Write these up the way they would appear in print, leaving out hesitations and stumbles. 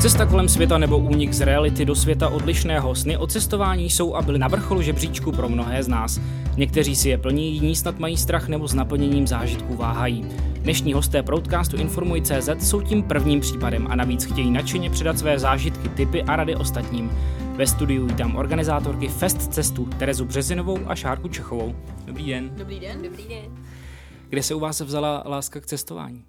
Cesta kolem světa nebo únik z reality do světa odlišného. Sny o cestování jsou a byly na vrcholu žebříčku pro mnohé z nás. Někteří si je plní, jiní snad mají strach nebo s naplněním zážitků váhají. Dnešní hosté podcastu Informuj.cz jsou tím prvním případem a navíc chtějí nadšeně předat své zážitky, tipy a rady ostatním. Ve studiu vítám organizátorky Fest Cestu Terezu Březinovou a Šárku Čechovou. Dobrý den. Dobrý den. Dobrý den. Kde se u vás vzala láska k cestování?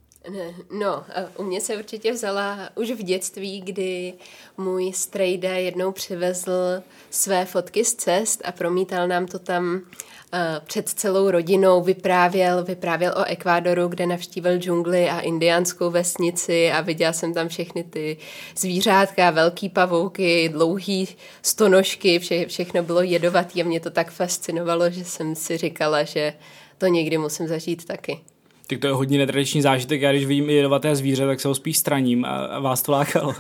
No, u mě se určitě vzala už v dětství, kdy můj strejda jednou přivezl své fotky z cest a promítal nám to tam před celou rodinou, vyprávěl o Ekvádoru, kde navštívil džungli a indiánskou vesnici a viděla jsem tam všechny ty zvířátka, velký pavouky, dlouhý stonožky, všechno bylo jedovatý a mě to tak fascinovalo, že jsem si říkala, že to někdy musím zažít taky. Tak to je hodně netradiční zážitek, já když vidím jedovaté zvíře, tak se ho spíš straním a vás to lákalo.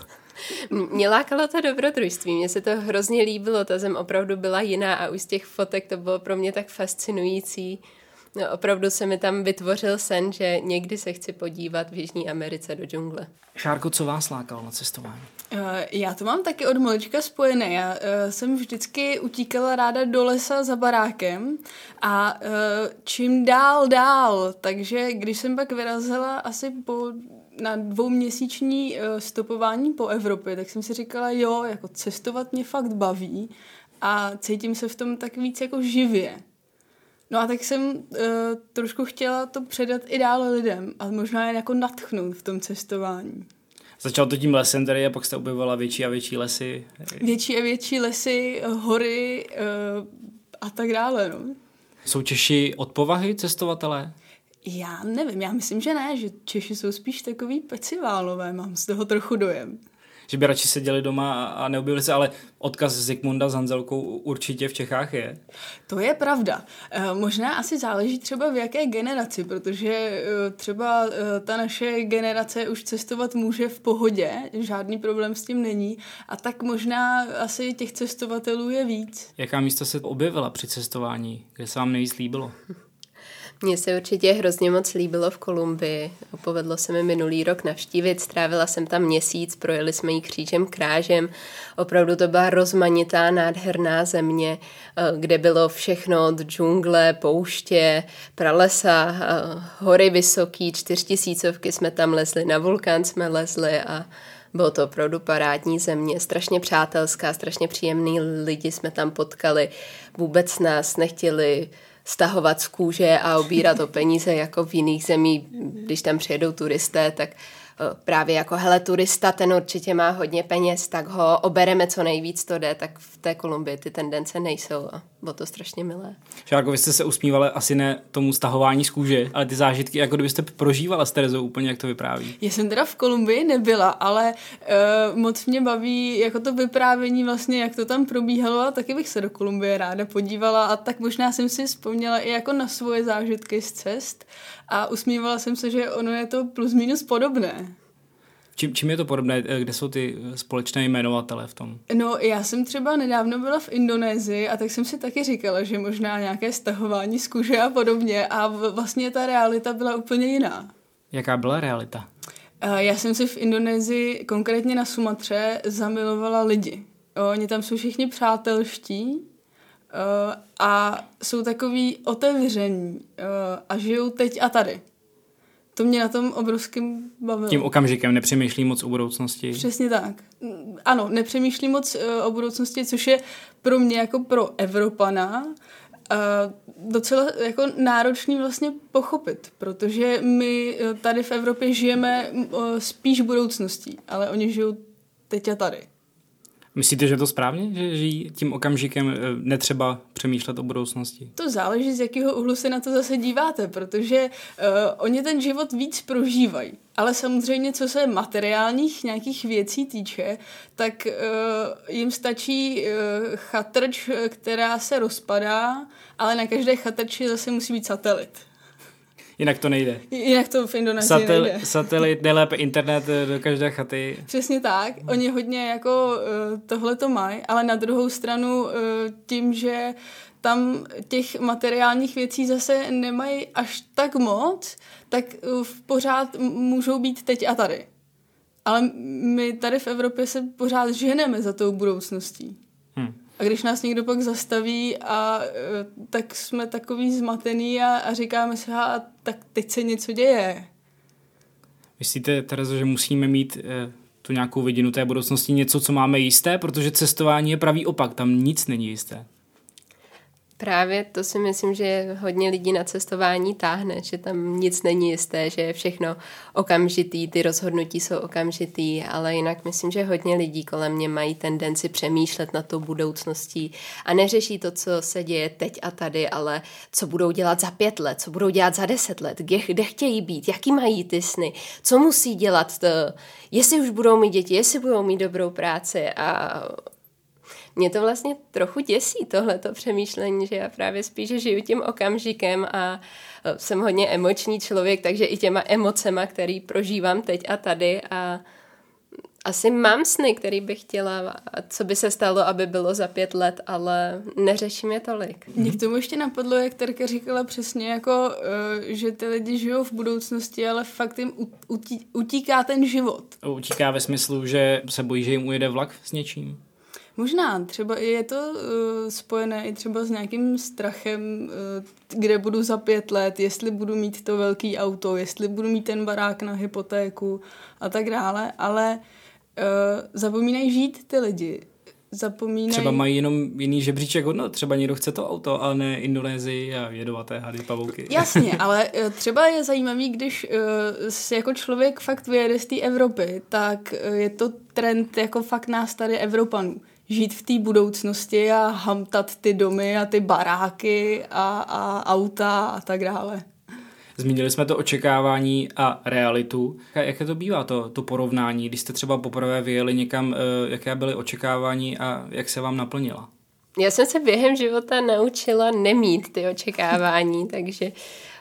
Mě lákalo to dobrodružství, mně se to hrozně líbilo, ta zem opravdu byla jiná a už z těch fotek to bylo pro mě tak fascinující. No, opravdu se mi tam vytvořil sen, že někdy se chci podívat v Jižní Americe do džungle. Šárko, co vás lákalo na cestování? Já to mám taky od malička spojené. Já jsem vždycky utíkala ráda do lesa za barákem a čím dál. Takže když jsem pak vyrazila asi na 2měsíční stopování po Evropě, tak jsem si říkala, jo, jako cestovat mě fakt baví a cítím se v tom tak víc jako živě. No a tak jsem trošku chtěla to předat i dál lidem a možná jen jako nadchnout v tom cestování. Začal to tím lesem tady a pak jste objevovala větší a větší lesy. Větší a větší lesy, hory a tak dále, no. Jsou Češi od povahy cestovatelé? Já nevím, já myslím, že ne, že Češi jsou spíš takový peciválové, mám z toho trochu dojem. Že by radši seděli doma a neobjevili se, ale odkaz Zikmunda s Hanzelkou určitě v Čechách je. To je pravda. Možná asi záleží třeba v jaké generaci, protože třeba ta naše generace už cestovat může v pohodě, žádný problém s tím není a tak možná asi těch cestovatelů je víc. Jaká místa se objevila při cestování, kde se vám nejvíc líbilo? Mně se určitě hrozně moc líbilo v Kolumbii. Povedlo se mi minulý rok navštívit, strávila jsem tam měsíc, projeli jsme ji křížem krážem. Opravdu to byla rozmanitá, nádherná země, kde bylo všechno od džungle, pouště, pralesa, hory vysoký, 4000 jsme tam lezli, na vulkán jsme lezli a bylo to opravdu parádní země, strašně přátelská, strašně příjemný lidi jsme tam potkali, vůbec nás nechtěli stahovat z kůže a obírat o peníze jako v jiných zemích, když tam přijedou turisté, tak právě jako hele turista, ten určitě má hodně peněz, tak ho obereme co nejvíc to jde, tak v té Kolumbii ty tendence nejsou a bylo to strašně milé. Šárko, vy jste se usmívala asi ne tomu stahování z kůže, ale ty zážitky, jako kdybyste prožívala s Terezou úplně, jak to vypráví. Já jsem teda v Kolumbii nebyla, ale moc mě baví jako to vyprávění vlastně, jak to tam probíhalo a taky bych se do Kolumbie ráda podívala a tak možná jsem si vzpomněla i jako na svoje zážitky z cest a usmívala jsem se, že ono je to plus minus podobné. Čím je to podobné? Kde jsou ty společné jmenovatele v tom? No, já jsem třeba nedávno byla v Indonésii a tak jsem si taky říkala, že možná nějaké stahování z kůže a podobně a vlastně ta realita byla úplně jiná. Jaká byla realita? Já jsem si v Indonésii, konkrétně na Sumatře, zamilovala lidi. Oni tam jsou všichni přátelští a jsou takový otevření a žijou teď a tady. To mě na tom obrovsky bavilo. Tím okamžikem nepřemýšlí moc o budoucnosti. Přesně tak. Ano, nepřemýšlí moc o budoucnosti, což je pro mě jako pro Evropana docela jako náročný vlastně pochopit, protože my tady v Evropě žijeme spíš budoucností, ale oni žijou teď a tady. Myslíte, že je to správně, že žijí tím okamžikem, netřeba přemýšlet o budoucnosti? To záleží, z jakého úhlu se na to zase díváte, protože oni ten život víc prožívají. Ale samozřejmě, co se materiálních nějakých věcí týče, tak jim stačí chatrč, která se rozpadá, ale na každé chatrči zase musí být satelit. Jinak to nejde. Jinak to v Indonésii nejde. Satelit, nejlépe internet do každé chaty. Přesně tak. Oni hodně jako tohle to mají, ale na druhou stranu tím, že tam těch materiálních věcí zase nemají až tak moc, tak pořád můžou být teď a tady. Ale my tady v Evropě se pořád ženeme za tou budoucností. A když nás někdo pak zastaví, tak jsme takový zmatený a říkáme si, tak teď se něco děje. Myslíte, Terezo, že musíme mít tu nějakou vidinu té budoucnosti, něco, co máme jisté? Protože cestování je pravý opak, tam nic není jisté. Právě to si myslím, že hodně lidí na cestování táhne, že tam nic není jisté, že je všechno okamžitý, ty rozhodnutí jsou okamžitý, ale jinak myslím, že hodně lidí kolem mě mají tendenci přemýšlet nad tou budoucností a neřeší to, co se děje teď a tady, ale co budou dělat za 5 let, co budou dělat za 10 let, kde chtějí být, jaký mají ty sny, co musí dělat, jestli už budou mít děti, jestli budou mít dobrou práci a mě to vlastně trochu děsí, tohleto přemýšlení, že já právě spíš žiju tím okamžikem a jsem hodně emoční člověk, takže i těma emocema, který prožívám teď a tady a asi mám sny, který bych chtěla a co by se stalo, aby bylo za 5 let, ale neřeším je tolik. Mě k tomu ještě napadlo, jak Terka říkala přesně, jako, že ty lidi žijou v budoucnosti, ale fakt jim utíká ten život. Utíká ve smyslu, že se bojí, že jim ujede vlak s něčím? Možná, třeba je to spojené i třeba s nějakým strachem, kde budu za 5 let, jestli budu mít to velký auto, jestli budu mít ten barák na hypotéku a tak dále, ale zapomínají žít ty lidi. Třeba mají jenom jiný žebříček hodnot, třeba někdo chce to auto, ale ne Indonésii a jedovaté hady, pavouky. Jasně, ale třeba je zajímavý, když jako člověk fakt vyjede z té Evropy, tak je to trend jako fakt nás tady Evropanů. Žít v té budoucnosti a hamtat ty domy a ty baráky a auta a tak dále. Zmínili jsme to očekávání a realitu. Jaké to bývá, to porovnání, když jste třeba poprvé vyjeli někam, jaké byly očekávání a jak se vám naplnila? Já jsem se během života naučila nemít ty očekávání, takže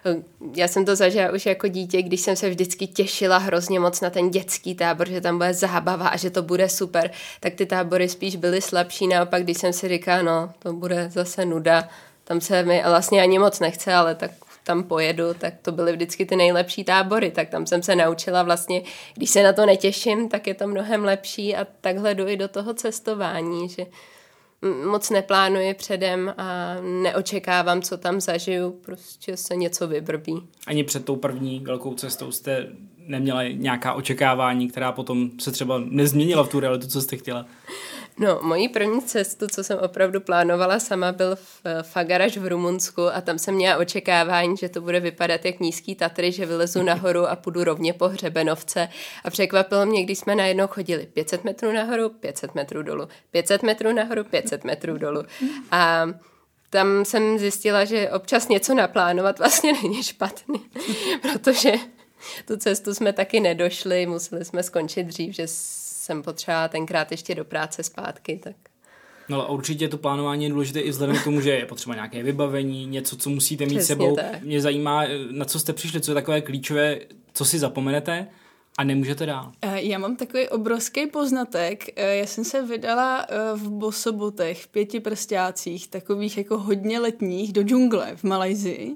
já jsem to zažila už jako dítě, když jsem se vždycky těšila hrozně moc na ten dětský tábor, že tam bude zábava a že to bude super, tak ty tábory spíš byly slabší, naopak když jsem si říkala, no to bude zase nuda, tam se mi vlastně ani moc nechce, ale tak tam pojedu, tak to byly vždycky ty nejlepší tábory, tak tam jsem se naučila vlastně, když se na to netěším, tak je to mnohem lepší a takhle jdu i do toho cestování, že moc neplánuji předem a neočekávám, co tam zažiju, prostě se něco vybrbí. Ani před tou první velkou cestou jste neměla nějaká očekávání, která potom se třeba nezměnila v tu realitu, co jste chtěla? No, mojí první cestu, co jsem opravdu plánovala sama, byl v Fagaraš v Rumunsku a tam jsem měla očekávání, že to bude vypadat jak nízký Tatry, že vylezu nahoru a půjdu rovně po hřebenovce a překvapilo mě, když jsme najednou chodili 500 metrů nahoru, 500 metrů dolů, 500 metrů nahoru, 500 metrů dolů a tam jsem zjistila, že občas něco naplánovat vlastně není špatný, protože tu cestu jsme taky nedošli, museli jsme skončit dřív, že jsem potřebovala tenkrát ještě do práce zpátky, tak. No ale určitě to plánování je důležité i vzhledem k tomu, že je potřeba nějaké vybavení, něco, co musíte mít sebou. Tak. Mě zajímá, na co jste přišli, co je takové klíčové, co si zapomenete a nemůžete dál. Já mám takový obrovský poznatek. Já jsem se vydala v bosobotech, v 5 prstácích, takových jako hodně letních, do džungle v Malajsii.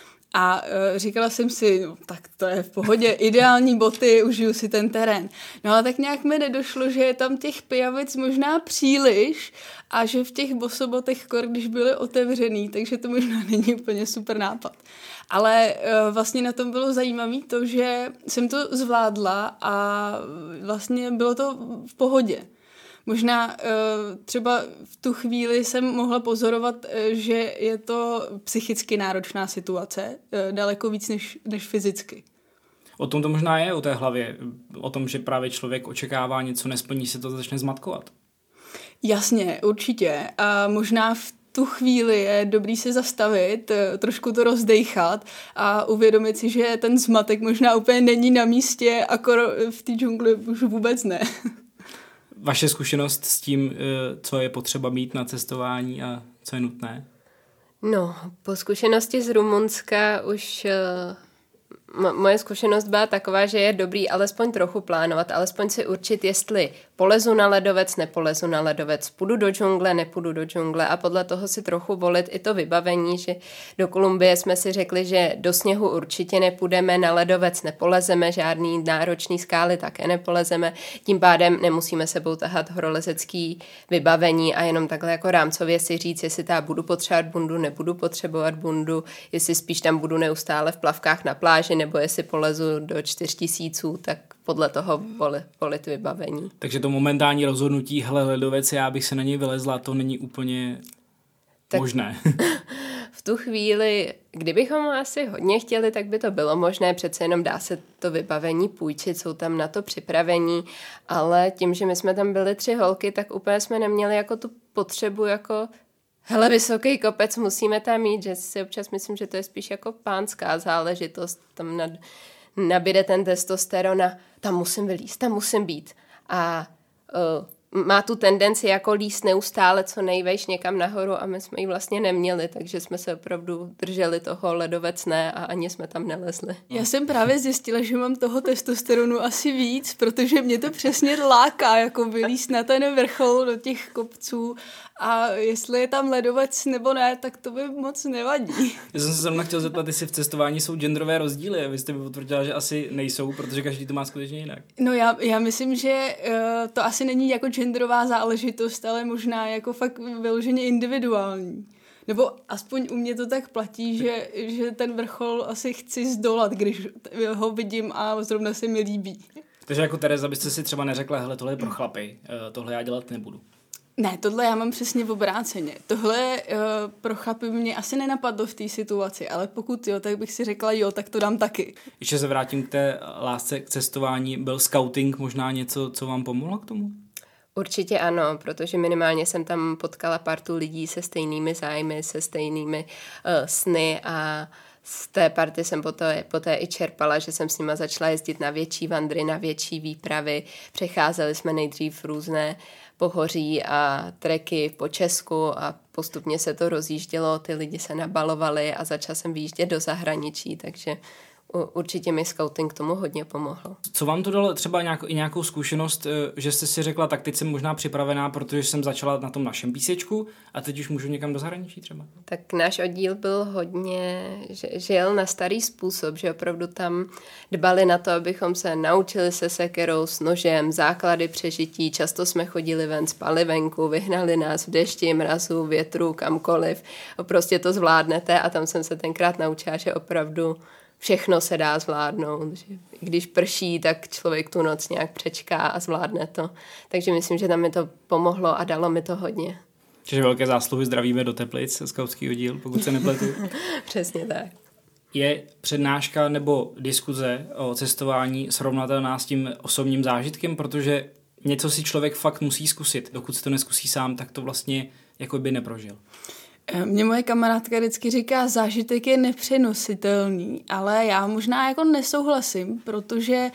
A říkala jsem si, no, tak to je v pohodě, ideální boty, užiju si ten terén. No ale tak nějak mi nedošlo, že je tam těch pijavic možná příliš a že v těch bosobotech, když byly otevřený, takže to možná není úplně super nápad. Ale vlastně na tom bylo zajímavé to, že jsem to zvládla a vlastně bylo to v pohodě. Možná třeba v tu chvíli jsem mohla pozorovat, že je to psychicky náročná situace, daleko víc než fyzicky. O tom to možná je, o té hlavě, o tom, že právě člověk očekává něco, nesplní, se to začne zmatkovat. Jasně, určitě. A možná v tu chvíli je dobrý se zastavit, trošku to rozdejchat a uvědomit si, že ten zmatek možná úplně není na místě, akor v té džungli už vůbec ne. Vaše zkušenost s tím, co je potřeba mít na cestování a co je nutné? No, po zkušenosti z Rumunska už Moje zkušenost byla taková, že je dobrý alespoň trochu plánovat, alespoň si určit, jestli polezu na ledovec, nepolezu na ledovec, půjdu do džungle, nepůjdu do džungle a podle toho si trochu volit i to vybavení, že do Kolumbie jsme si řekli, že do sněhu určitě nepůjdeme, na ledovec nepolezeme, žádný náročný skály také nepolezeme, tím pádem nemusíme sebou tahat horolezecký vybavení a jenom takhle jako rámcově si říct, jestli budu potřebovat bundu, nebudu potřebovat bundu, jestli spíš tam budu neustále v plavkách na pláži, nebo jestli polezu do 4000, tak podle toho volit vybavení. Takže to momentální rozhodnutí, hele ledovec, já bych se na něj vylezla, to není úplně možné. V tu chvíli, kdybychom asi hodně chtěli, tak by to bylo možné, přece jenom dá se to vybavení půjčit, jsou tam na to připravení, ale tím, že my jsme tam byli 3 holky, tak úplně jsme neměli jako tu potřebu jako hele, vysoký kopec musíme tam mít, že si občas myslím, že to je spíš jako pánská záležitost, tam nabíde ten testosteron a tam musím vylízt, tam musím být. A má tu tendenci jako líst neustále co nejvejš někam nahoru a my jsme ji vlastně neměli, takže jsme se opravdu drželi toho ledovec ne a ani jsme tam nelezli. Já jsem právě zjistila, že mám toho testosteronu asi víc, protože mě to přesně láká, jako vylízt na ten vrchol do těch kopců a jestli je tam ledovec nebo ne, tak to by moc nevadí. Já jsem se zrovna chtěl zeptat, jestli v cestování jsou genderové rozdíly a vy jste mi potvrdila, že asi nejsou, protože každý to má skutečně jinak. No já myslím, že to asi není jako genderová záležitost, ale možná jako fakt vyloženě individuální. Nebo aspoň u mě to tak platí, že ten vrchol asi chci zdolat, když ho vidím a zrovna se mi líbí. Takže jako Tereza byste si třeba neřekla, hele, tohle je pro chlapy, tohle já dělat nebudu. Ne, tohle já mám přesně v obráceně. Tohle pro chlapy mě asi nenapadlo v té situaci, ale pokud jo, tak bych si řekla jo, tak to dám taky. Ještě se vrátím k té lásce k cestování. Byl scouting možná něco, co vám pomohlo k tomu? Určitě ano, protože minimálně jsem tam potkala partu lidí se stejnými zájmy, se stejnými sny a z té party jsem poté i čerpala, že jsem s nima začala jezdit na větší vandry, na větší výpravy. Přecházeli jsme nejdřív různé pohoří a treky po Česku a postupně se to rozjíždělo, ty lidi se nabalovali a začala jsem vyjíždět do zahraničí, takže určitě mi scouting k tomu hodně pomohl. Co vám to dalo třeba nějakou zkušenost, že jste si řekla, tak teď jsem možná připravená, protože jsem začala na tom našem písečku a teď už můžu někam do zahraničí třeba? Tak náš oddíl byl hodně, že jel na starý způsob, že opravdu tam dbali na to, abychom se naučili se sekerou, s nožem, základy přežití, často jsme chodili ven, spali venku, vyhnali nás v dešti, mrazu, větru, kamkoliv. Prostě to zvládnete a tam jsem se tenkrát naučila, že opravdu všechno se dá zvládnout. Že když prší, tak člověk tu noc nějak přečká a zvládne to. Takže myslím, že tam mi to pomohlo a dalo mi to hodně. Čiže velké zásluhy, zdravíme do Teplic, skautský oddíl, pokud se nepletu. Přesně tak. Je přednáška nebo diskuze o cestování srovnatelná s tím osobním zážitkem, protože něco si člověk fakt musí zkusit. Dokud si to neskusí sám, tak to vlastně jako by neprožil. Mě moje kamarádka vždycky říká, zážitek je nepřenositelný, ale já možná jako nesouhlasím, protože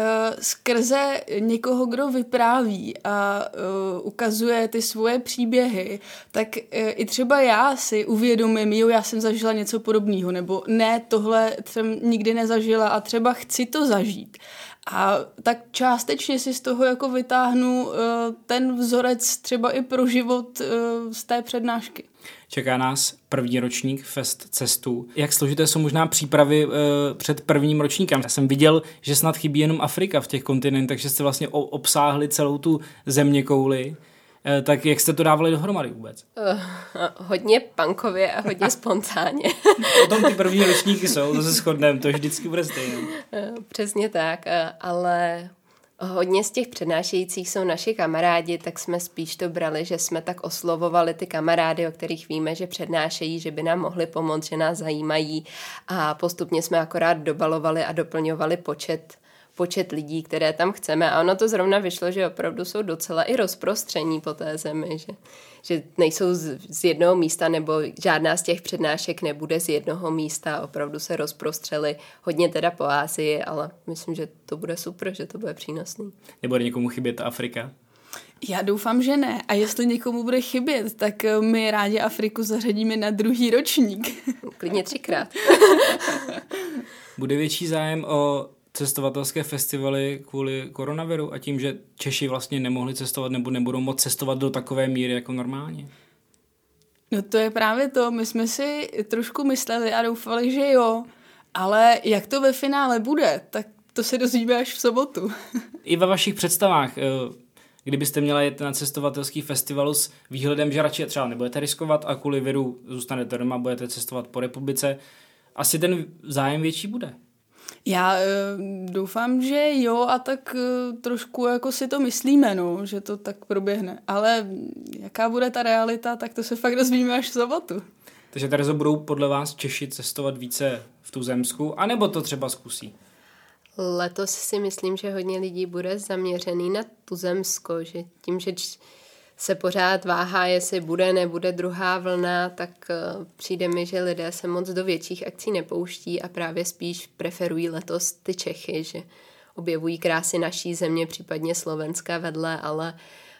skrze někoho, kdo vypráví a ukazuje ty svoje příběhy, tak i třeba já si uvědomím, jo, já jsem zažila něco podobného, nebo ne, tohle jsem nikdy nezažila a třeba chci to zažít. A tak částečně si z toho jako vytáhnu ten vzorec třeba i pro život z té přednášky. Čeká nás první ročník Fest Cestu. Jak složité jsou možná přípravy před prvním ročníkem? Já jsem viděl, že snad chybí jenom Afrika v těch kontinentech, že jste vlastně obsáhli celou tu zeměkouli. Tak jak jste to dávali dohromady vůbec? Hodně punkově a hodně spontánně. O tom ty první ročníky jsou, to se shodneme, to vždycky bude stejné. Přesně tak, ale hodně z těch přednášejících jsou naši kamarádi, tak jsme spíš to brali, že jsme tak oslovovali ty kamarády, o kterých víme, že přednášejí, že by nám mohli pomoct, že nás zajímají a postupně jsme akorát dobalovali a doplňovali počet lidí, které tam chceme. A ono to zrovna vyšlo, že opravdu jsou docela i rozprostření po té zemi, že nejsou z jednoho místa, nebo žádná z těch přednášek nebude z jednoho místa. Opravdu se rozprostřeli hodně teda po Asii, ale myslím, že to bude super, že to bude přínosný. Nebude někomu chybět Afrika? Já doufám, že ne. A jestli někomu bude chybět, tak my rádi Afriku zařadíme na 2. ročník. Klidně 3krát. Bude větší zájem o cestovatelské festivaly kvůli koronaviru a tím, že Češi vlastně nemohli cestovat nebo nebudou moct cestovat do takové míry jako normálně? No to je právě to. My jsme si trošku mysleli a doufali, že jo. Ale jak to ve finále bude, tak to se dozvíme až v sobotu. I ve vašich představách, kdybyste měla jet na cestovatelský festival s výhledem, že radši třeba nebudete riskovat a kvůli viru zůstanete doma, budete cestovat po republice, asi ten zájem větší bude. Já doufám, že jo, a tak trošku jako si to myslíme, no, že to tak proběhne. Ale jaká bude ta realita, tak to se fakt dozvíme až v sobotu. Takže, Terezo, budou podle vás Češi cestovat více v tuzemsku, anebo to třeba zkusí? Letos si myslím, že hodně lidí bude zaměřený na tuzemsko, že tím, že se pořád váhá, jestli bude, nebude druhá vlna, tak přijde mi, že lidé se moc do větších akcí nepouští a právě spíš preferují letos ty Čechy, že objevují krásy naší země, případně Slovenska vedle, ale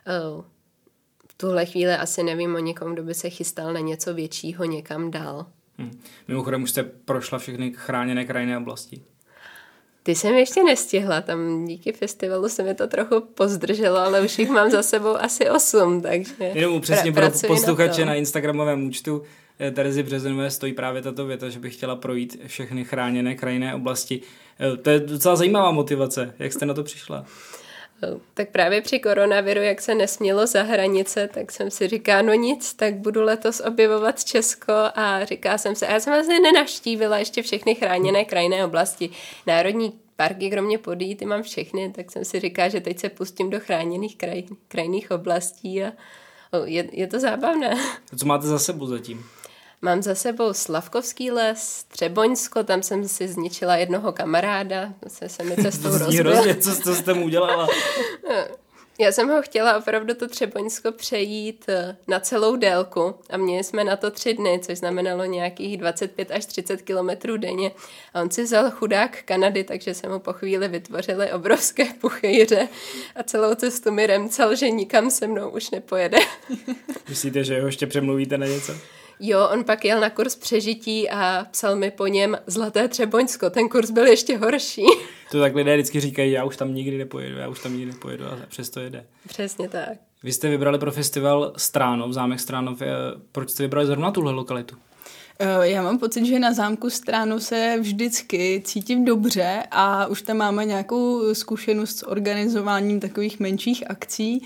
v tuhle chvíli asi nevím o někom, kdo by se chystal na něco většího někam dál. Mimochodem už jste prošla všechny chráněné krajinné oblasti. Ty jsem ještě nestihla, tam díky festivalu se mi to trochu pozdrželo, ale už jich mám za sebou asi 8, takže jenom přesně pro posluchače na Instagramovém účtu Terezy Březinové stojí právě tato věta, že bych chtěla projít všechny chráněné krajinné oblasti. To je docela zajímavá motivace. Jak jste na to přišla? Tak právě při koronaviru, jak se nesmělo za hranice, tak jsem si říká, no nic, tak budu letos objevovat Česko a říká jsem se, a já jsem vlastně nenavštívila ještě všechny chráněné krajinné oblasti. Národní parky, kromě Podyjí, ty mám všechny, tak jsem si říká, že teď se pustím do chráněných krajinných oblastí a je to zábavné. A co máte za sebou zatím? Mám za sebou Slavkovský les, Třeboňsko, tam jsem si zničila jednoho kamaráda, se mi cestou rozbil. Hrozně, co jste mu udělala? Já jsem ho chtěla opravdu to Třeboňsko přejít na celou délku a měli jsme na to 3 dny, což znamenalo nějakých 25 až 30 kilometrů denně. A on si vzal chudák Kanady, takže se mu po chvíli vytvořily obrovské puchejře a celou cestu mi remcal, že nikam se mnou už nepojede. Myslíte, že ho ještě přemluvíte na něco? Jo, on pak jel na kurz přežití a psal mi po něm Zlaté Třeboňsko, ten kurz byl ještě horší. To tak lidé vždycky říkají, já už tam nikdy nepojedu a přesto jede. Přesně tak. Vy jste vybrali pro festival Stránov, zámek Stránov. Proč jste vybrali zrovna tuhle lokalitu? Já mám pocit, že na zámku Stránov se vždycky cítím dobře a už tam máme nějakou zkušenost s organizováním takových menších akcí.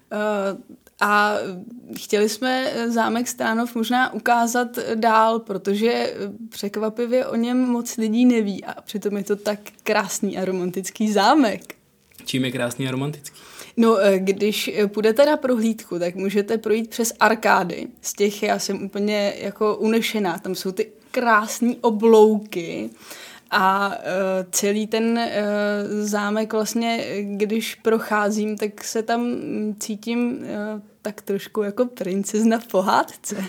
A chtěli jsme zámek Stránov možná ukázat dál, protože překvapivě o něm moc lidí neví a přitom je to tak krásný a romantický zámek. Čím je krásný a romantický? No, když půjdete na prohlídku, tak můžete projít přes arkády. Z těch já jsem úplně jako unešená. Tam jsou ty krásné oblouky a celý ten zámek vlastně, když procházím, tak se tam cítím tak trošku jako princezna v pohádce.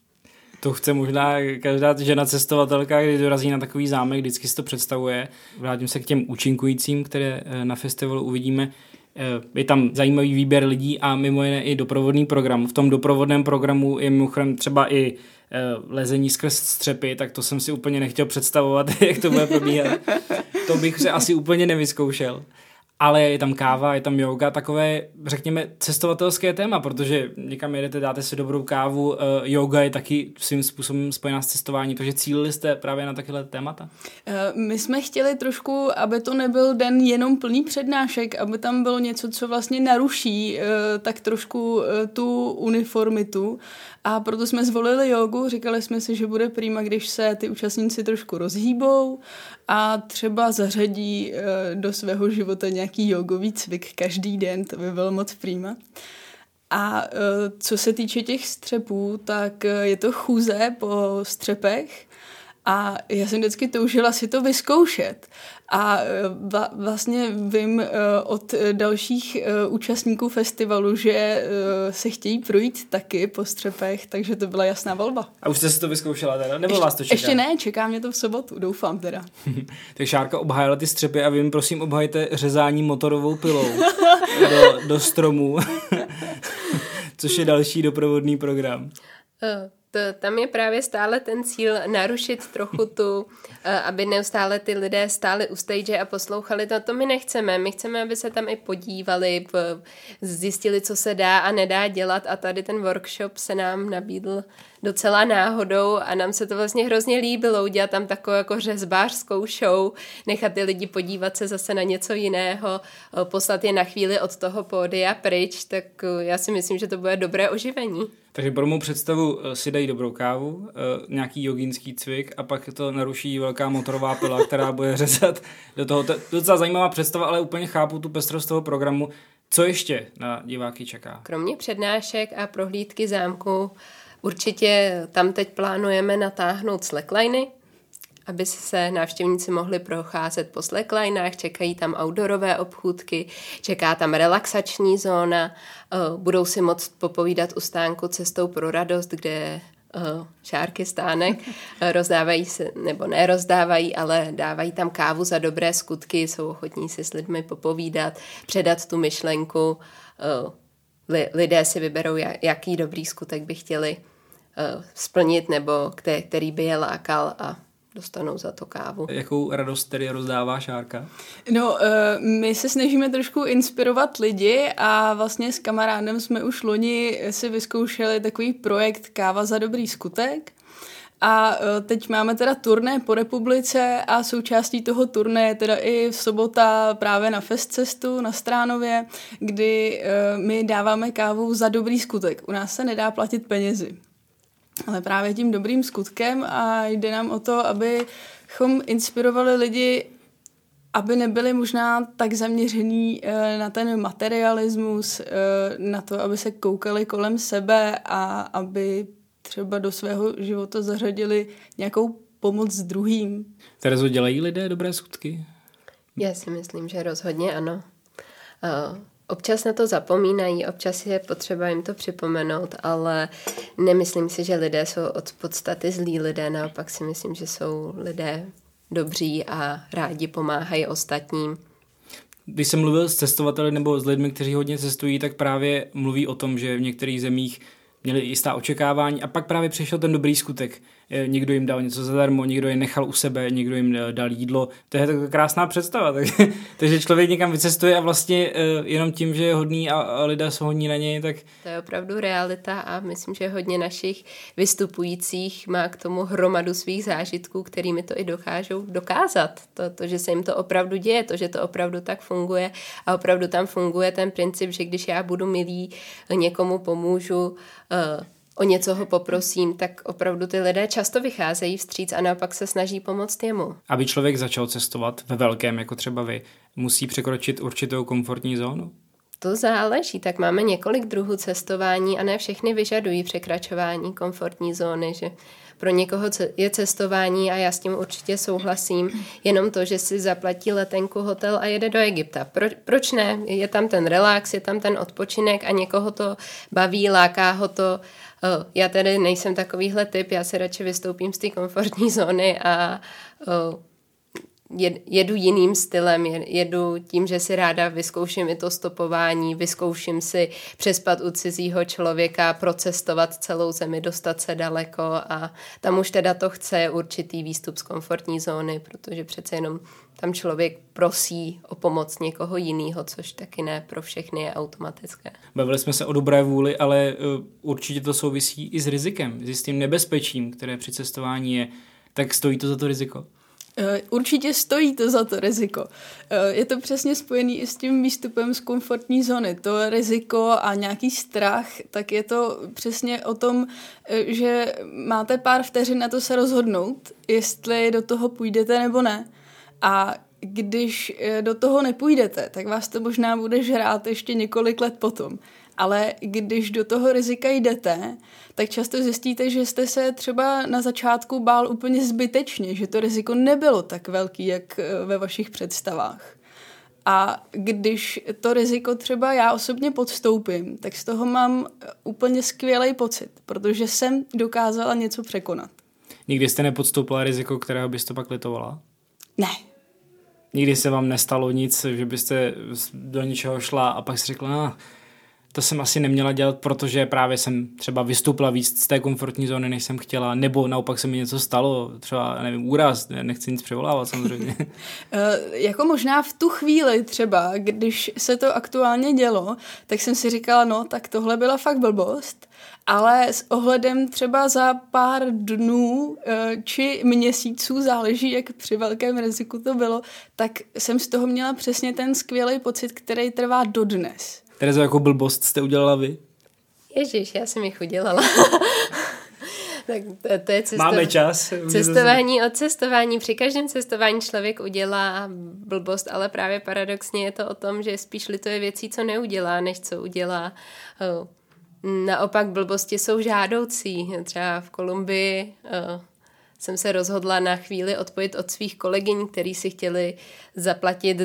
To chce možná každá žena cestovatelka, když dorazí na takový zámek, vždycky si to představuje. Vrátím se k těm účinkujícím, které na festivalu uvidíme. Je tam zajímavý výběr lidí a mimo jiné i doprovodný program. V tom doprovodném programu je mimochodem třeba i lezení skrz střepy, tak to jsem si úplně nechtěl představovat, jak to bude probíhat. To bych se asi úplně nevyzkoušel. Ale je tam káva, je tam yoga, takové, řekněme, cestovatelské téma, protože někam jedete, dáte si dobrou kávu, yoga je taky svým způsobem spojená s cestováním, takže cílili jste právě na takové témata? My jsme chtěli trošku, aby to nebyl den jenom plný přednášek, aby tam bylo něco, co vlastně naruší tak trošku tu uniformitu a proto jsme zvolili jogu, říkali jsme si, že bude prima, když se ty účastníci trošku rozhýbou a třeba zařadí do svého života nějaký jogový cvik každý den, to by bylo moc prima. A co se týče těch střepů, tak je to chůze po střepech a já jsem vždycky toužila si to vyzkoušet. A vlastně vím od dalších účastníků festivalu, že se chtějí projít taky po střepech, takže to byla jasná volba. A už jste si to vyzkoušela teda? Nebo vás to čeká? Ještě ne, čeká mě to v sobotu, doufám teda. Tak Šárka obhájila ty střepy a vy jim prosím obhajte řezání motorovou pilou do stromů Což je další doprovodný program. Tam je právě stále ten cíl narušit trochu aby neustále ty lidé stáli u stage a poslouchali to my nechceme. My chceme, aby se tam i podívali, zjistili, co se dá a nedá dělat a tady ten workshop se nám nabídl docela náhodou a nám se to vlastně hrozně líbilo, udělat tam takovou jako řezbářskou show, nechat ty lidi podívat se zase na něco jiného, poslat je na chvíli od toho pódia pryč, tak já si myslím, že to bude dobré oživení. Takže pro mou představu si dají dobrou kávu, nějaký jogínský cvik a pak to naruší velká motorová pila, která bude řezat do toho. To je docela zajímavá představa, ale úplně chápu tu pestrost toho programu. Co ještě na diváky čeká? Kromě přednášek a prohlídky zámku určitě tam teď plánujeme natáhnout slackliny, aby se návštěvníci mohli procházet po slacklinách, čekají tam outdoorové obchůdky, čeká tam relaxační zóna, budou si moct popovídat u stánku Cestou pro radost, kde šárky stánek rozdávají se, nebo nerozdávají, ale dávají tam kávu za dobré skutky, jsou ochotní si s lidmi popovídat, předat tu myšlenku. Lidé si vyberou, jaký dobrý skutek by chtěli splnit, nebo který by je lákal a dostanou za to kávu. Jakou radost tedy rozdává šárka? No, my se snažíme trošku inspirovat lidi a vlastně s kamarádem jsme už loni si vyzkoušeli takový projekt Káva za dobrý skutek. A teď máme teda turné po republice a součástí toho turné je teda i v sobota právě na Festcestu na Stránově, kdy my dáváme kávu za dobrý skutek. U nás se nedá platit penězi, ale právě tím dobrým skutkem a jde nám o to, abychom inspirovali lidi, aby nebyli možná tak zaměřený na ten materialismus, na to, aby se koukali kolem sebe a aby třeba do svého života zařadili nějakou pomoc druhým. Terezo, dělají lidé dobré skutky? Já si myslím, že rozhodně ano. Občas na to zapomínají, občas je potřeba jim to připomenout, ale nemyslím si, že lidé jsou od podstaty zlí lidé, naopak si myslím, že jsou lidé dobří a rádi pomáhají ostatním. Když jsem mluvil s cestovateli nebo s lidmi, kteří hodně cestují, tak právě mluví o tom, že v některých zemích měli jistá očekávání a pak právě přišel ten dobrý skutek. Někdo jim dal něco zadarmo, někdo je nechal u sebe, někdo jim dal jídlo. To je taková krásná představa. Takže člověk někam vycestuje a vlastně jenom tím, že je hodný a lidé jsou hodní na něj, tak... To je opravdu realita a myslím, že hodně našich vystupujících má k tomu hromadu svých zážitků, kterými to i dokážou dokázat. To, že se jim to opravdu děje, to, že to opravdu tak funguje a opravdu tam funguje ten princip, že když já budu milý, někomu pomůžu, o něco ho poprosím, tak opravdu ty lidé často vycházejí vstříc a naopak se snaží pomoct jemu. Aby člověk začal cestovat ve velkém, jako třeba vy, musí překročit určitou komfortní zónu? To záleží, tak máme několik druhů cestování a ne všechny vyžadují překračování komfortní zóny, že pro někoho je cestování, a já s tím určitě souhlasím, jenom to, že si zaplatí letenku, hotel a jede do Egypta. Proč ne? Je tam ten relax, je tam ten odpočinek a někoho to baví, láká ho to. Já tedy nejsem takovýhle typ, já si radši vystoupím z té komfortní zóny a jedu jiným stylem, jedu tím, že si ráda vyzkouším i to stopování, vyzkouším si přespat u cizího člověka, procestovat celou zemi, dostat se daleko a tam už teda to chce určitý výstup z komfortní zóny, protože přece jenom tam člověk prosí o pomoc někoho jiného, což taky ne pro všechny je automatické. Bavili jsme se o dobré vůli, ale určitě to souvisí i s rizikem, s jistým nebezpečím, které při cestování je. Tak stojí to za to riziko? Určitě stojí to za to riziko. Je to přesně spojený i s tím výstupem z komfortní zóny. To riziko a nějaký strach, tak je to přesně o tom, že máte pár vteřin na to se rozhodnout, jestli do toho půjdete nebo ne. A když do toho nepůjdete, tak vás to možná bude žrát ještě několik let potom. Ale když do toho rizika jdete, tak často zjistíte, že jste se třeba na začátku bál úplně zbytečně, že to riziko nebylo tak velký, jak ve vašich představách. A když to riziko třeba já osobně podstoupím, tak z toho mám úplně skvělý pocit, protože jsem dokázala něco překonat. Nikdy jste nepodstoupila riziko, kterého byste pak litovala? Ne. Nikdy se vám nestalo nic, že byste do něčeho šla a pak si řekla, to jsem asi neměla dělat, protože právě jsem třeba vystoupila víc z té komfortní zóny, než jsem chtěla, nebo naopak se mi něco stalo, třeba, nevím, úraz, nechci nic přivolávat samozřejmě. Jako možná v tu chvíli třeba, když se to aktuálně dělo, tak jsem si říkala, no, tak tohle byla fakt blbost, ale s ohledem třeba za pár dnů či měsíců, záleží, jak při velkém riziku to bylo, tak jsem z toho měla přesně ten skvělý pocit, který trvá dodnes. Terezo, jako blbost jste udělala vy? Ježiš, já jsem jich udělala. Tak to je Máme čas. Cestování od cestování. Při každém cestování člověk udělá blbost, ale právě paradoxně je to o tom, že spíš lituje věcí, co neudělá, než co udělá. Naopak blbosti jsou žádoucí. Třeba v Kolumbii jsem se rozhodla na chvíli odpojit od svých kolegyň, kteří si chtěli zaplatit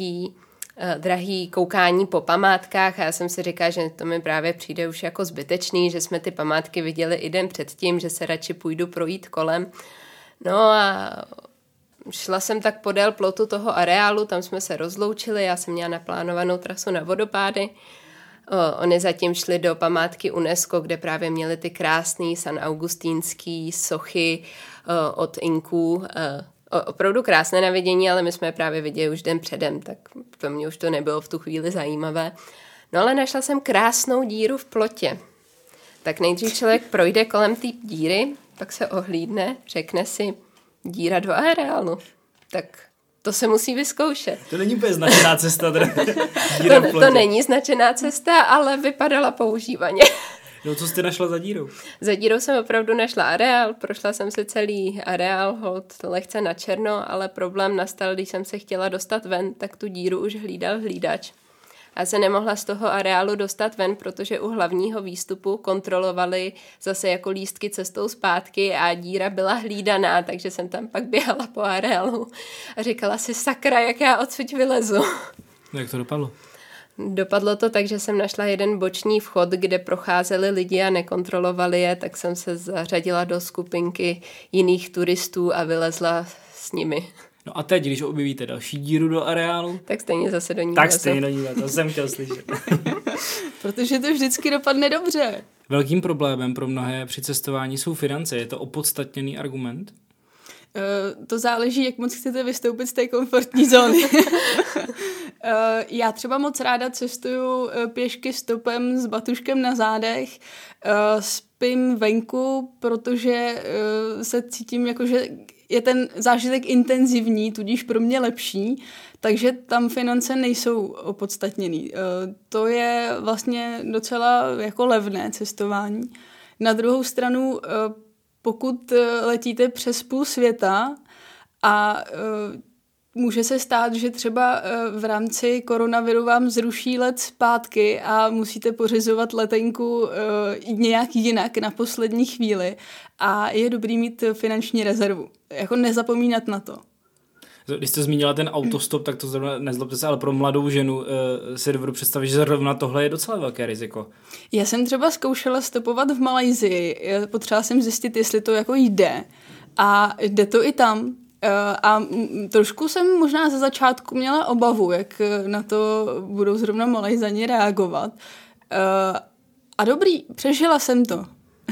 drahý koukání po památkách a já jsem si říkala, že to mi právě přijde už jako zbytečný, že jsme ty památky viděli i den předtím, že se radši půjdu projít kolem. No a šla jsem tak podél plotu toho areálu, tam jsme se rozloučili, já jsem měla naplánovanou trasu na vodopády. Oni zatím šli do památky UNESCO, kde právě měli ty krásný San Augustínský sochy od Inků, opravdu krásné na vidění, ale my jsme je právě viděli už den předem, tak pro mě už to nebylo v tu chvíli zajímavé. No ale našla jsem krásnou díru v plotě. Tak nejdřív člověk projde kolem té díry, pak se ohlídne, řekne si díra do areálu. Tak to se musí vyzkoušet. To není úplně značená cesta. To není značená cesta, ale vypadala používaně. No, co jste našla za dírou? Za dírou jsem opravdu našla areál, prošla jsem si celý areál, lehce na černo, ale problém nastal, když jsem se chtěla dostat ven, tak tu díru už hlídal hlídač. A se nemohla z toho areálu dostat ven, protože u hlavního výstupu kontrolovali zase jako lístky cestou zpátky a díra byla hlídaná, takže jsem tam pak běhala po areálu a říkala si, sakra, jak já odsud vylezu. Jak to dopadlo? Dopadlo to tak, že jsem našla jeden boční vchod, kde procházeli lidi a nekontrolovali je, tak jsem se zařadila do skupinky jiných turistů a vylezla s nimi. No a teď, když objevíte další díru do areálu? Tak stejně zase do ní Tak stejně do ní, to jsem chtěl slyšet. Protože to vždycky dopadne dobře. Velkým problémem pro mnohé při cestování jsou finance. Je to opodstatněný argument? To záleží, jak moc chcete vystoupit z té komfortní zóny. Já třeba moc ráda cestuju pěšky stopem s batuškem na zádech, spím venku, protože se cítím jako, že je ten zážitek intenzivní, tudíž pro mě lepší, takže tam finance nejsou opodstatněný. To je vlastně docela jako levné cestování. Na druhou stranu, pokud letíte přes půl světa a může se stát, že třeba v rámci koronaviru vám zruší let zpátky a musíte pořizovat letenku nějak jinak na poslední chvíli a je dobrý mít finanční rezervu. Jako nezapomínat na to. Když jste zmínila ten autostop, tak to zrovna nezlobte se, ale pro mladou ženu si dovedu představit, že zrovna tohle je docela velké riziko. Já jsem třeba zkoušela stopovat v Malajsii. Potřeba jsem zjistit, jestli to jako jde. A jde to i tam. A trošku jsem možná ze začátku měla obavu, jak na to budou zrovna Malajzani reagovat. A dobrý, přežila jsem to.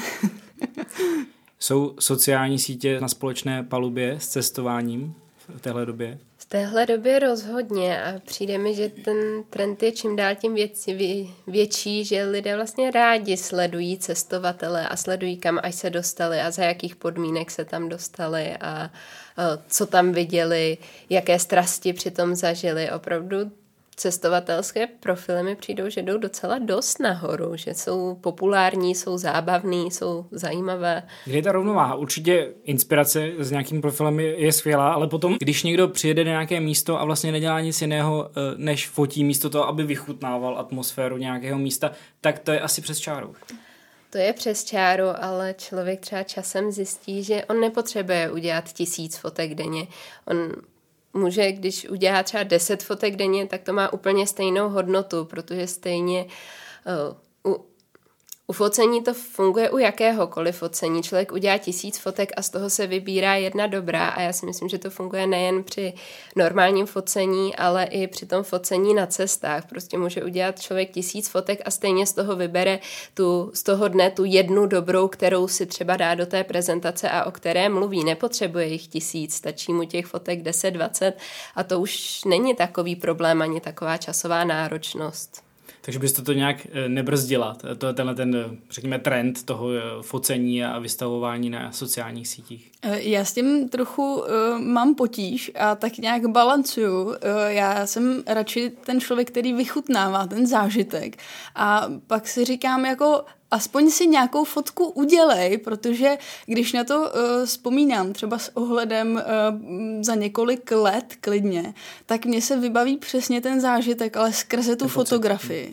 Jsou sociální sítě na společné palubě s cestováním v téhle době? V téhle době rozhodně a přijde mi, že ten trend je čím dál tím větší, že lidé vlastně rádi sledují cestovatele a sledují, kam až se dostali a za jakých podmínek se tam dostali a co tam viděli, jaké strasti přitom zažili. Opravdu cestovatelské profily mi přijdou, že jdou docela dost nahoru, že jsou populární, jsou zábavní, jsou zajímavé. Kde je ta rovnováha? Určitě inspirace s nějakým profilem je skvělá, ale potom, když někdo přijede na nějaké místo a vlastně nedělá nic jiného, než fotí místo toho, aby vychutnával atmosféru nějakého místa, tak to je asi přes čáru. To je přes čáru, ale člověk třeba časem zjistí, že on nepotřebuje udělat 1000 fotek denně. On může, když udělá třeba 10 fotek denně, tak to má úplně stejnou hodnotu, protože stejně U focení to funguje u jakéhokoliv focení. Člověk udělá 1000 fotek a z toho se vybírá jedna dobrá a já si myslím, že to funguje nejen při normálním focení, ale i při tom focení na cestách. Prostě může udělat člověk 1000 fotek a stejně z toho vybere z toho dne tu jednu dobrou, kterou si třeba dá do té prezentace a o které mluví. Nepotřebuje jich 1000, stačí mu těch fotek 10-20 a to už není takový problém ani taková časová náročnost. Takže byste to nějak nebrzdila, tenhle ten, řekněme, trend toho focení a vystavování na sociálních sítích? Já s tím trochu mám potíž a tak nějak balancuju. Já jsem radši ten člověk, který vychutnává ten zážitek a pak si říkám jako aspoň si nějakou fotku udělej, protože když na to vzpomínám třeba s ohledem za několik let klidně, tak mně se vybaví přesně ten zážitek, ale skrze tu fotografii.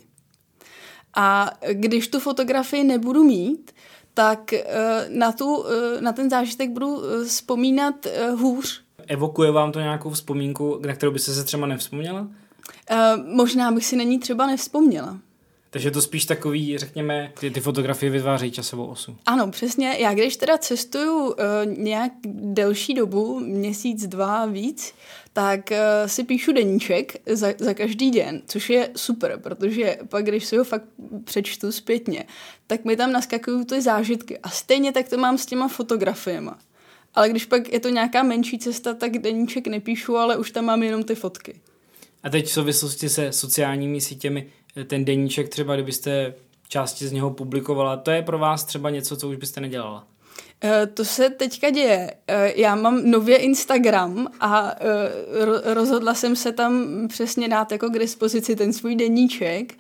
A když tu fotografii nebudu mít, tak na ten zážitek budu vzpomínat hůř. Evokuje vám to nějakou vzpomínku, na kterou byste se třeba nevzpomněla? Možná bych si na ní třeba nevzpomněla. Takže to spíš takový, řekněme, ty fotografie vytvářejí časovou osu. Ano, přesně. Já když teda cestuju nějak delší dobu, měsíc, 2, víc, tak si píšu deníček za každý den, což je super, protože pak, když si ho fakt přečtu zpětně, tak mi tam naskakují ty zážitky. A stejně tak to mám s těma fotografiema. Ale když pak je to nějaká menší cesta, tak deníček nepíšu, ale už tam mám jenom ty fotky. A teď v souvislosti se sociálními sítěmi, ten deníček třeba, kdybyste části z něho publikovala, to je pro vás třeba něco, co už byste nedělala? To se teďka děje. Já mám nově Instagram a rozhodla jsem se tam přesně dát jako k dispozici ten svůj deníček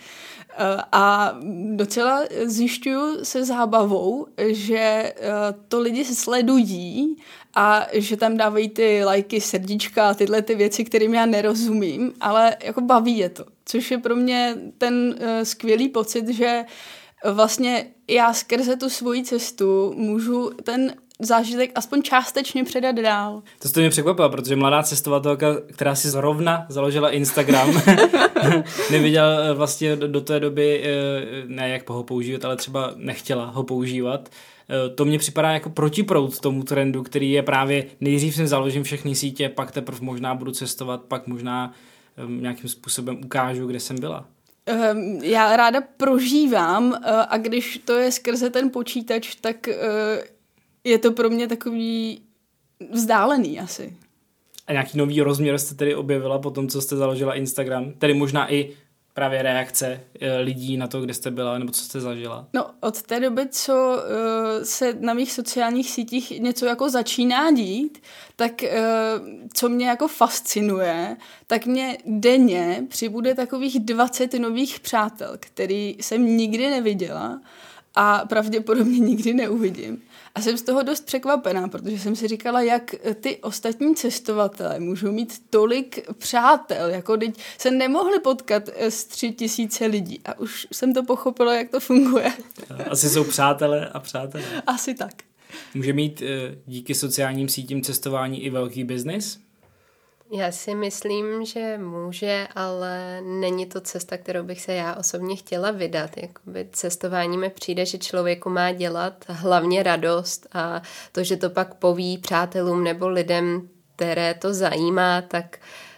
a docela zjišťuju se zábavou, že to lidi sledují a že tam dávají ty lajky, srdíčka a tyhle ty věci, kterým já nerozumím, ale jako baví je to, což je pro mě ten skvělý pocit, že vlastně já skrze tu svoji cestu můžu ten zážitek aspoň částečně předat dál. To jste mě překvapila, protože mladá cestovatelka, která si zrovna založila Instagram, neviděla vlastně do té doby, ne jak ho používat, ale třeba nechtěla ho používat. To mně připadá jako protiproud tomu trendu, který je právě nejdřív si založím všechny sítě, pak teprve možná budu cestovat, pak možná nějakým způsobem ukážu, kde jsem byla. Já ráda prožívám a když to je skrze ten počítač, tak je to pro mě takový vzdálený asi. A nějaký nový rozměr jste tedy objevila po tom, co jste založila Instagram? Tedy možná i právě reakce lidí na to, kde jste byla nebo co jste zažila? No od té doby, co se na mých sociálních sítích něco jako začíná dít, tak co mě jako fascinuje, tak mě denně přibude takových 20 nových přátel, který jsem nikdy neviděla a pravděpodobně nikdy neuvidím. A jsem z toho dost překvapená, protože jsem si říkala, jak ty ostatní cestovatelé můžou mít tolik přátel, jako teď se nemohli potkat s 3000 lidí. A už jsem to pochopila, jak to funguje. Asi jsou přátelé a přátelé. Asi tak. Může mít díky sociálním sítím cestování i velký biznis? Já si myslím, že může, ale není to cesta, kterou bych se já osobně chtěla vydat. Jakoby cestování mi přijde, že člověku má dělat hlavně radost a to, že to pak poví přátelům nebo lidem, které to zajímá, tak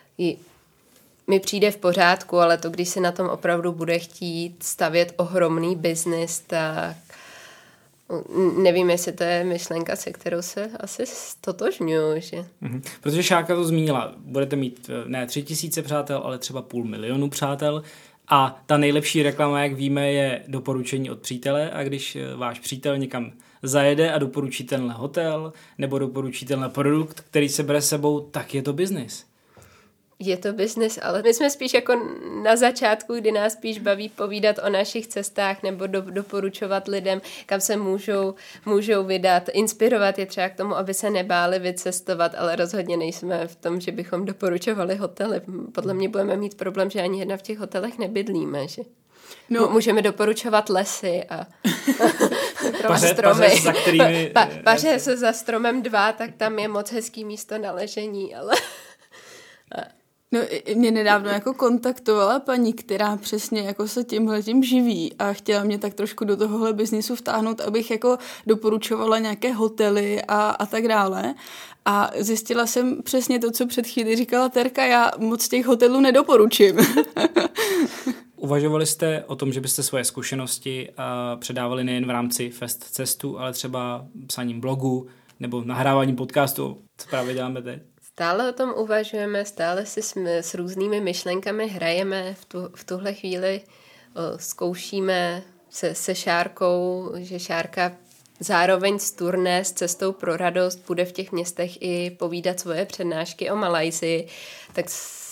mi přijde v pořádku, ale to, když se na tom opravdu bude chtít stavět ohromný biznis, tak nevím, jestli to je myšlenka, se kterou se asi stotožňuji. Že? Protože Šárka to zmínila, budete mít ne 3000 přátel, ale třeba 500 000 přátel a ta nejlepší reklama, jak víme, je doporučení od přítele a když váš přítel někam zajede a doporučí tenhle hotel nebo doporučí tenhle produkt, který se bere sebou, tak je to biznis. Je to biznis, ale my jsme spíš jako na začátku, kdy nás spíš baví povídat o našich cestách nebo doporučovat lidem, kam se můžou vydat, inspirovat je třeba k tomu, aby se nebáli vycestovat, ale rozhodně nejsme v tom, že bychom doporučovali hotely. Podle mě budeme mít problém, že ani jedna v těch hotelech nebydlíme, že? No. Můžeme doporučovat lesy a stromy. Paře se za stromem 2, tak tam je moc hezký místo na ležení, ale... No, mě nedávno jako kontaktovala paní, která přesně jako se tímhletím živí a chtěla mě tak trošku do tohohle biznisu vtáhnout, abych jako doporučovala nějaké hotely a tak dále. A zjistila jsem přesně to, co před chvíli říkala Terka, já moc těch hotelů nedoporučím. Uvažovali jste o tom, že byste svoje zkušenosti předávali nejen v rámci Fest cestu, ale třeba psaním blogu nebo nahráváním podcastu, co právě děláme teď? Stále o tom uvažujeme, stále si s různými myšlenkami hrajeme. V tuhle chvíli zkoušíme se Šárkou, že Šárka zároveň z turné s Cestou pro radost bude v těch městech i povídat svoje přednášky o Malajsii, tak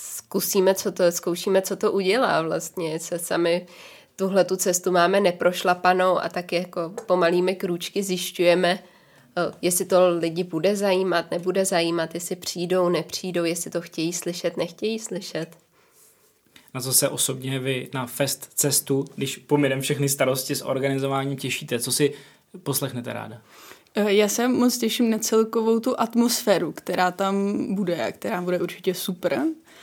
zkoušíme, co to udělá vlastně. Se sami tuhletu cestu máme neprošlapanou a tak jako pomalými krůčky zjišťujeme, jestli to lidi bude zajímat, nebude zajímat, jestli přijdou, nepřijdou, jestli to chtějí slyšet, nechtějí slyšet. Na co se osobně vy na Fest cestu, když pomineme všechny starosti s organizováním, těšíte? Co si poslechnete ráda? Já se moc těším na celkovou tu atmosféru, která tam bude a která bude určitě super.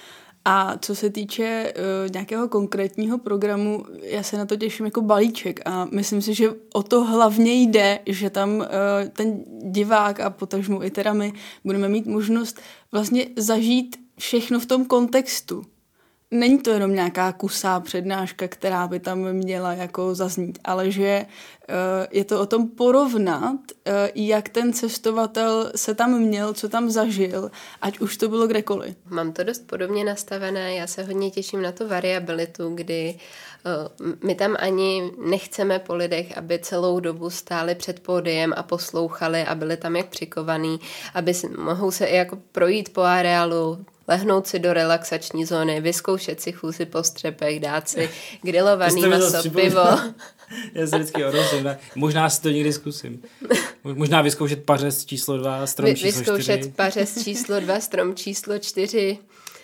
A co se týče nějakého konkrétního programu, já se na to těším jako balíček a myslím si, že o to hlavně jde, že tam ten divák a potažmo i teda my budeme mít možnost vlastně zažít všechno v tom kontextu. Není to jenom nějaká kusá přednáška, která by tam měla jako zaznít, ale že je to o tom porovnat, jak ten cestovatel se tam měl, co tam zažil, ať už to bylo kdekoliv. Mám to dost podobně nastavené, já se hodně těším na tu variabilitu, kdy my tam ani nechceme po lidech, aby celou dobu stáli před pódiem a poslouchali a byli tam jak přikovaný, aby mohou se i jako projít po areálu, lehnout si do relaxační zóny, vyzkoušet si chůzi po střepech, dát si grilovaný maso, pivo. Já se vždycky orozím. Možná si to někdy zkusím. Možná vyzkoušet pařez číslo 2, strom číslo 4. Vyzkoušet pařez číslo 2, strom číslo 4.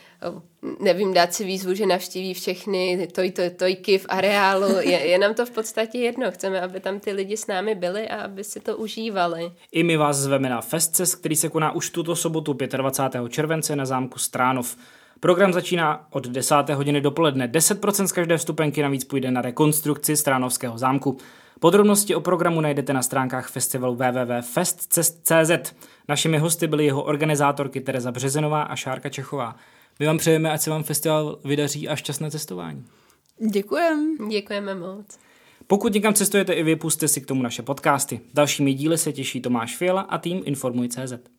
Nevím, dát si výzvu, že navštíví všechny tojky v areálu. Je nám to v podstatě jedno. Chceme, aby tam ty lidi s námi byli a aby si to užívali. I my vás zveme na Festcest, který se koná už tuto sobotu 25. července na zámku Stránov. Program začíná od 10. hodiny dopoledne. 10% z každé vstupenky navíc půjde na rekonstrukci Stránovského zámku. Podrobnosti o programu najdete na stránkách festivalu www.festcest.cz. Našimi hosty byly jeho organizátorky Tereza Březenová a Šárka Čechová. My vám přejeme, ať se vám festival vydaří a šťastné cestování. Děkujeme moc. Pokud někam cestujete i vy, pusťte si k tomu naše podcasty. Dalšími díly se těší Tomáš Fiala a tým Informuj.cz.